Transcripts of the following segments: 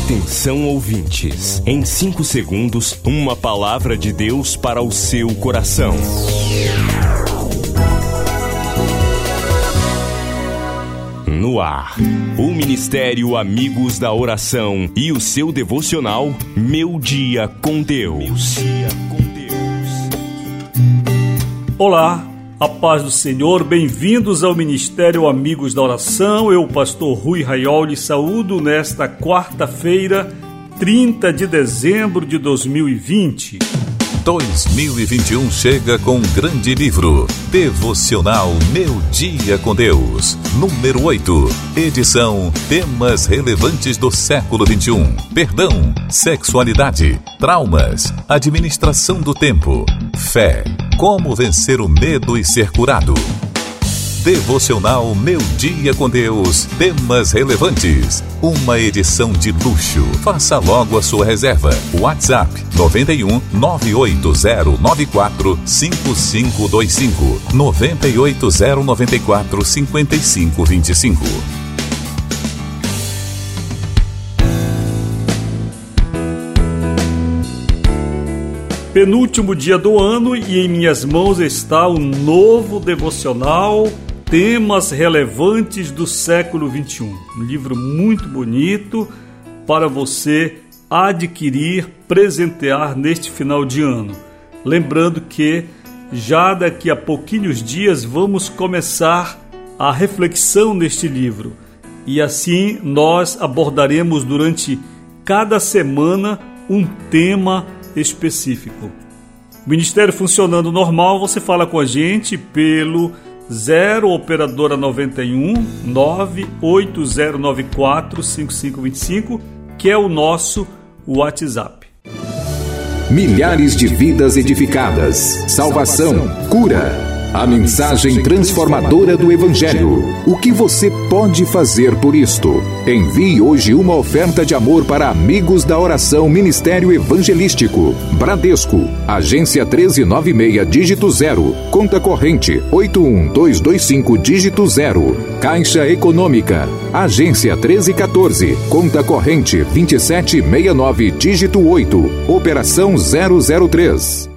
Atenção, ouvintes. Em 5 segundos, uma palavra de Deus para o seu coração. No ar, o Ministério Amigos da Oração e o seu devocional Meu Dia com Deus. Olá, a paz do Senhor, bem-vindos ao Ministério Amigos da Oração. Eu, pastor Rui Raiol, saúdo nesta quarta-feira, 30 de dezembro de 2020. 2021 chega com um grande livro, Devocional Meu Dia com Deus, número 8, edição Temas Relevantes do Século XXI, Perdão, Sexualidade, Traumas, Administração do Tempo, Fé, Como Vencer o Medo e Ser Curado. Devocional Meu Dia com Deus, Temas Relevantes, uma edição de luxo. Faça logo a sua reserva. WhatsApp 91 98094 5525 98094 5525. Penúltimo dia do ano e em minhas mãos está o novo devocional Temas Relevantes do Século XXI. Um livro muito bonito para você adquirir, presentear neste final de ano. Lembrando que já daqui a pouquinhos dias vamos começar a reflexão neste livro. E assim nós abordaremos durante cada semana um tema específico. O Ministério funcionando normal, você fala com a gente pelo 0 operadora 91 98094 5525, que é o nosso WhatsApp. Milhares de vidas edificadas, salvação, cura. A mensagem transformadora do Evangelho. O que você pode fazer por isto? Envie hoje uma oferta de amor para Amigos da Oração Ministério Evangelístico. Bradesco, agência 1396, dígito 0. Conta corrente 81225, dígito 0. Caixa Econômica, agência 1314. Conta corrente 2769, dígito 8. Operação 003.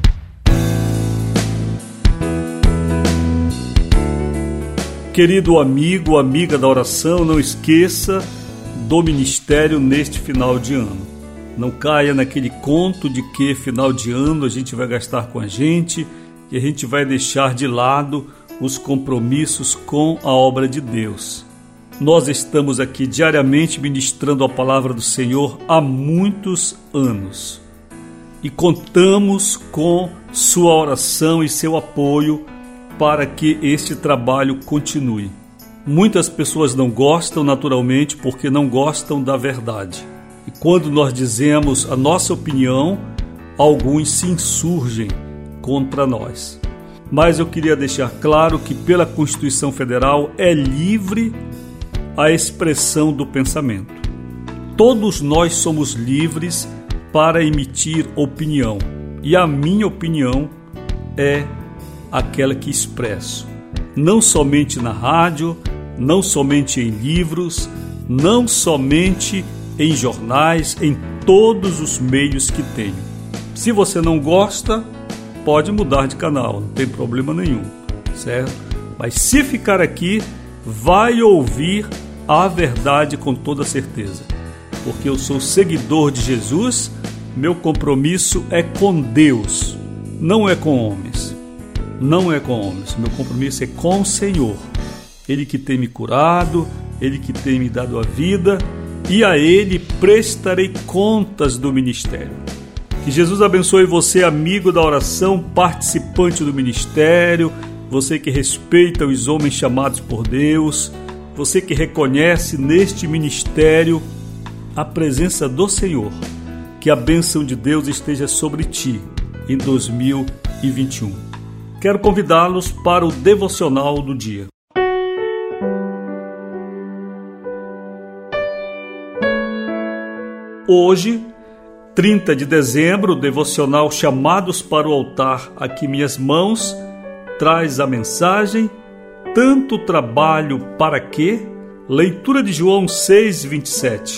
Querido amigo, amiga da oração, não esqueça do ministério neste final de ano. Não caia naquele conto de que final de ano a gente vai gastar com a gente e a gente vai deixar de lado os compromissos com a obra de Deus. Nós estamos aqui diariamente ministrando a palavra do Senhor há muitos anos e contamos com sua oração e seu apoio para que este trabalho continue. Muitas pessoas não gostam naturalmente porque não gostam da verdade. E quando nós dizemos a nossa opinião, alguns se insurgem contra nós. Mas eu queria deixar claro que pela Constituição Federal é livre a expressão do pensamento. Todos nós somos livres para emitir opinião. E a minha opinião é aquela que expresso, não somente na rádio, não somente em livros, não somente em jornais, em todos os meios que tenho. Se você não gosta, pode mudar de canal, não tem problema nenhum, certo? Mas se ficar aqui, vai ouvir a verdade com toda certeza, porque eu sou seguidor de Jesus, meu compromisso é com Deus, não é com homens. Não é com homens, meu compromisso é com o Senhor. Ele que tem me curado, Ele que tem me dado a vida, e a Ele prestarei contas do ministério. Que Jesus abençoe você, amigo da oração, participante do ministério, você que respeita os homens chamados por Deus, você que reconhece neste ministério a presença do Senhor. Que a bênção de Deus esteja sobre ti em 2021. Quero convidá-los para o devocional do dia. Hoje, 30 de dezembro, o devocional Chamados para o Altar, aqui minhas mãos, traz a mensagem Tanto trabalho para quê? Leitura de João 6:27.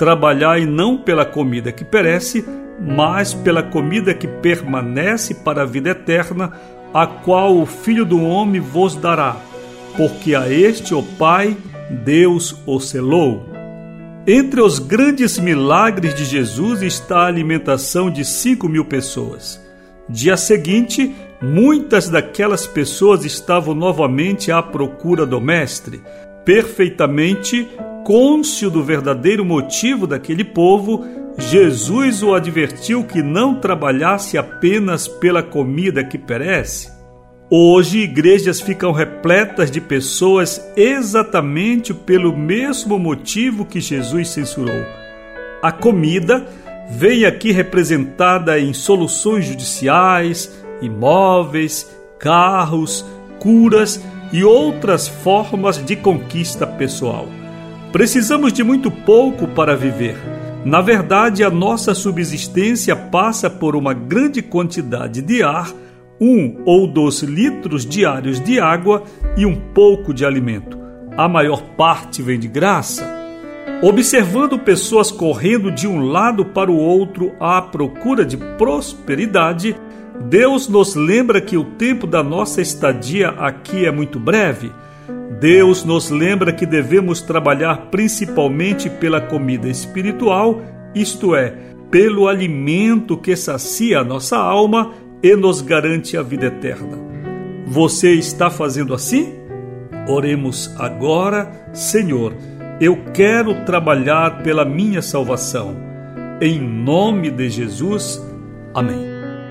Trabalhai não pela comida que perece, mas pela comida que permanece para a vida eterna, a qual o Filho do Homem vos dará, porque a este o Pai, Deus o selou. Entre os grandes milagres de Jesus está a alimentação de 5.000 pessoas. Dia seguinte, muitas daquelas pessoas estavam novamente à procura do Mestre. Perfeitamente cônscio do verdadeiro motivo daquele povo, Jesus o advertiu que não trabalhasse apenas pela comida que perece. Hoje, igrejas ficam repletas de pessoas exatamente pelo mesmo motivo que Jesus censurou. A comida vem aqui representada em soluções judiciais, imóveis, carros, curas e outras formas de conquista pessoal. Precisamos de muito pouco para viver. Na verdade, a nossa subsistência passa por uma grande quantidade de ar, 1 ou 2 litros diários de água e um pouco de alimento. A maior parte vem de graça. Observando pessoas correndo de um lado para o outro à procura de prosperidade, Deus nos lembra que o tempo da nossa estadia aqui é muito breve. Deus nos lembra que devemos trabalhar principalmente pela comida espiritual, isto é, pelo alimento que sacia a nossa alma e nos garante a vida eterna. Você está fazendo assim? Oremos agora. Senhor, eu quero trabalhar pela minha salvação. Em nome de Jesus. Amém.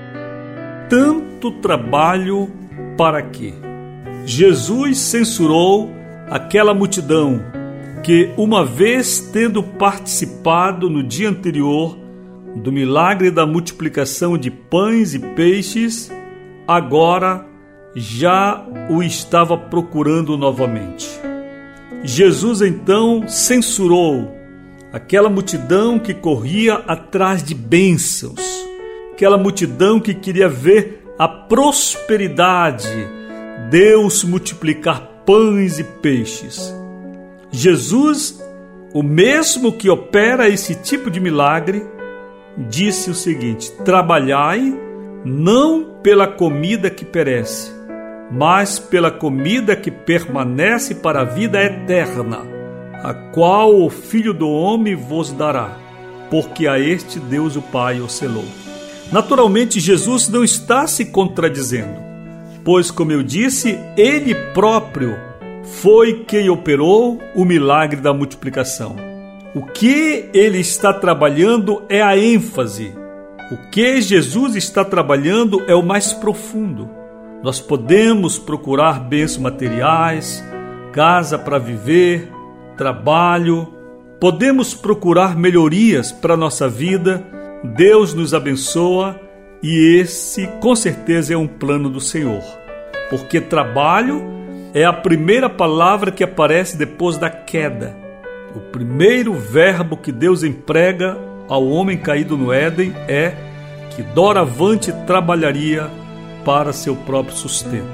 Tanto trabalho para quê? Jesus censurou aquela multidão que, uma vez tendo participado no dia anterior do milagre da multiplicação de pães e peixes, agora já o estava procurando novamente. Jesus então censurou aquela multidão que corria atrás de bênçãos, aquela multidão que queria ver a prosperidade, Deus multiplicar pães e peixes. Jesus, o mesmo que opera esse tipo de milagre, disse o seguinte: trabalhai não pela comida que perece, mas pela comida que permanece para a vida eterna, a qual o Filho do Homem vos dará, porque a este Deus o Pai o selou. Naturalmente, Jesus não está se contradizendo, pois, como eu disse, ele próprio foi quem operou o milagre da multiplicação. O que ele está trabalhando é a ênfase. O que Jesus está trabalhando é o mais profundo. Nós podemos procurar bens materiais, casa para viver, trabalho, podemos procurar melhorias para a nossa vida. Deus nos abençoa e esse, com certeza, é um plano do Senhor. Porque trabalho é a primeira palavra que aparece depois da queda. O primeiro verbo que Deus emprega ao homem caído no Éden é que doravante trabalharia para seu próprio sustento.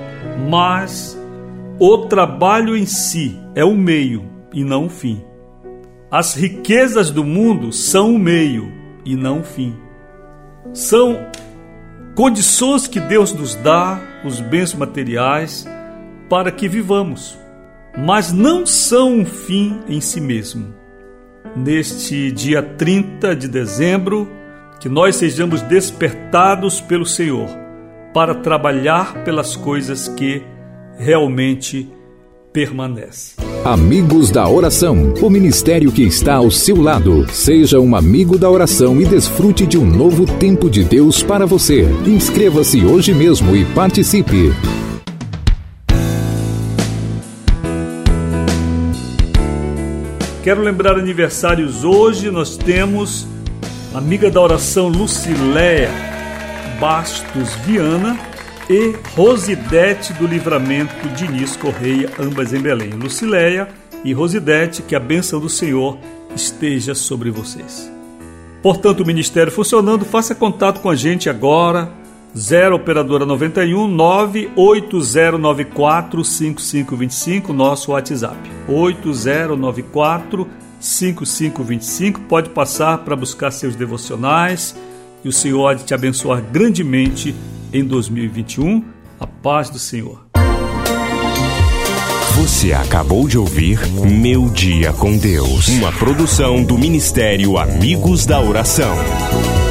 Mas o trabalho em si é o meio e não o fim. As riquezas do mundo são o meio e não o fim. São condições que Deus nos dá, os bens materiais, para que vivamos, mas não são um fim em si mesmo. Neste dia 30 de dezembro, que nós sejamos despertados pelo Senhor para trabalhar pelas coisas que realmente permanecem. Amigos da Oração, o ministério que está ao seu lado. Seja um amigo da oração e desfrute de um novo tempo de Deus para você. Inscreva-se hoje mesmo e participe. Quero lembrar aniversários hoje. Nós temos amiga da oração Lucileia Bastos Viana e Rosidete do Livramento Diniz Correia, ambas em Belém. Lucileia e Rosidete, que a bênção do Senhor esteja sobre vocês. Portanto, o ministério funcionando, faça contato com a gente agora, 0 operadora 91 98094 5525, nosso WhatsApp, 8094 5525. Pode passar para buscar seus devocionais e o Senhor há de te abençoar grandemente em 2021. A paz do Senhor. Você acabou de ouvir Meu Dia com Deus, uma produção do Ministério Amigos da Oração.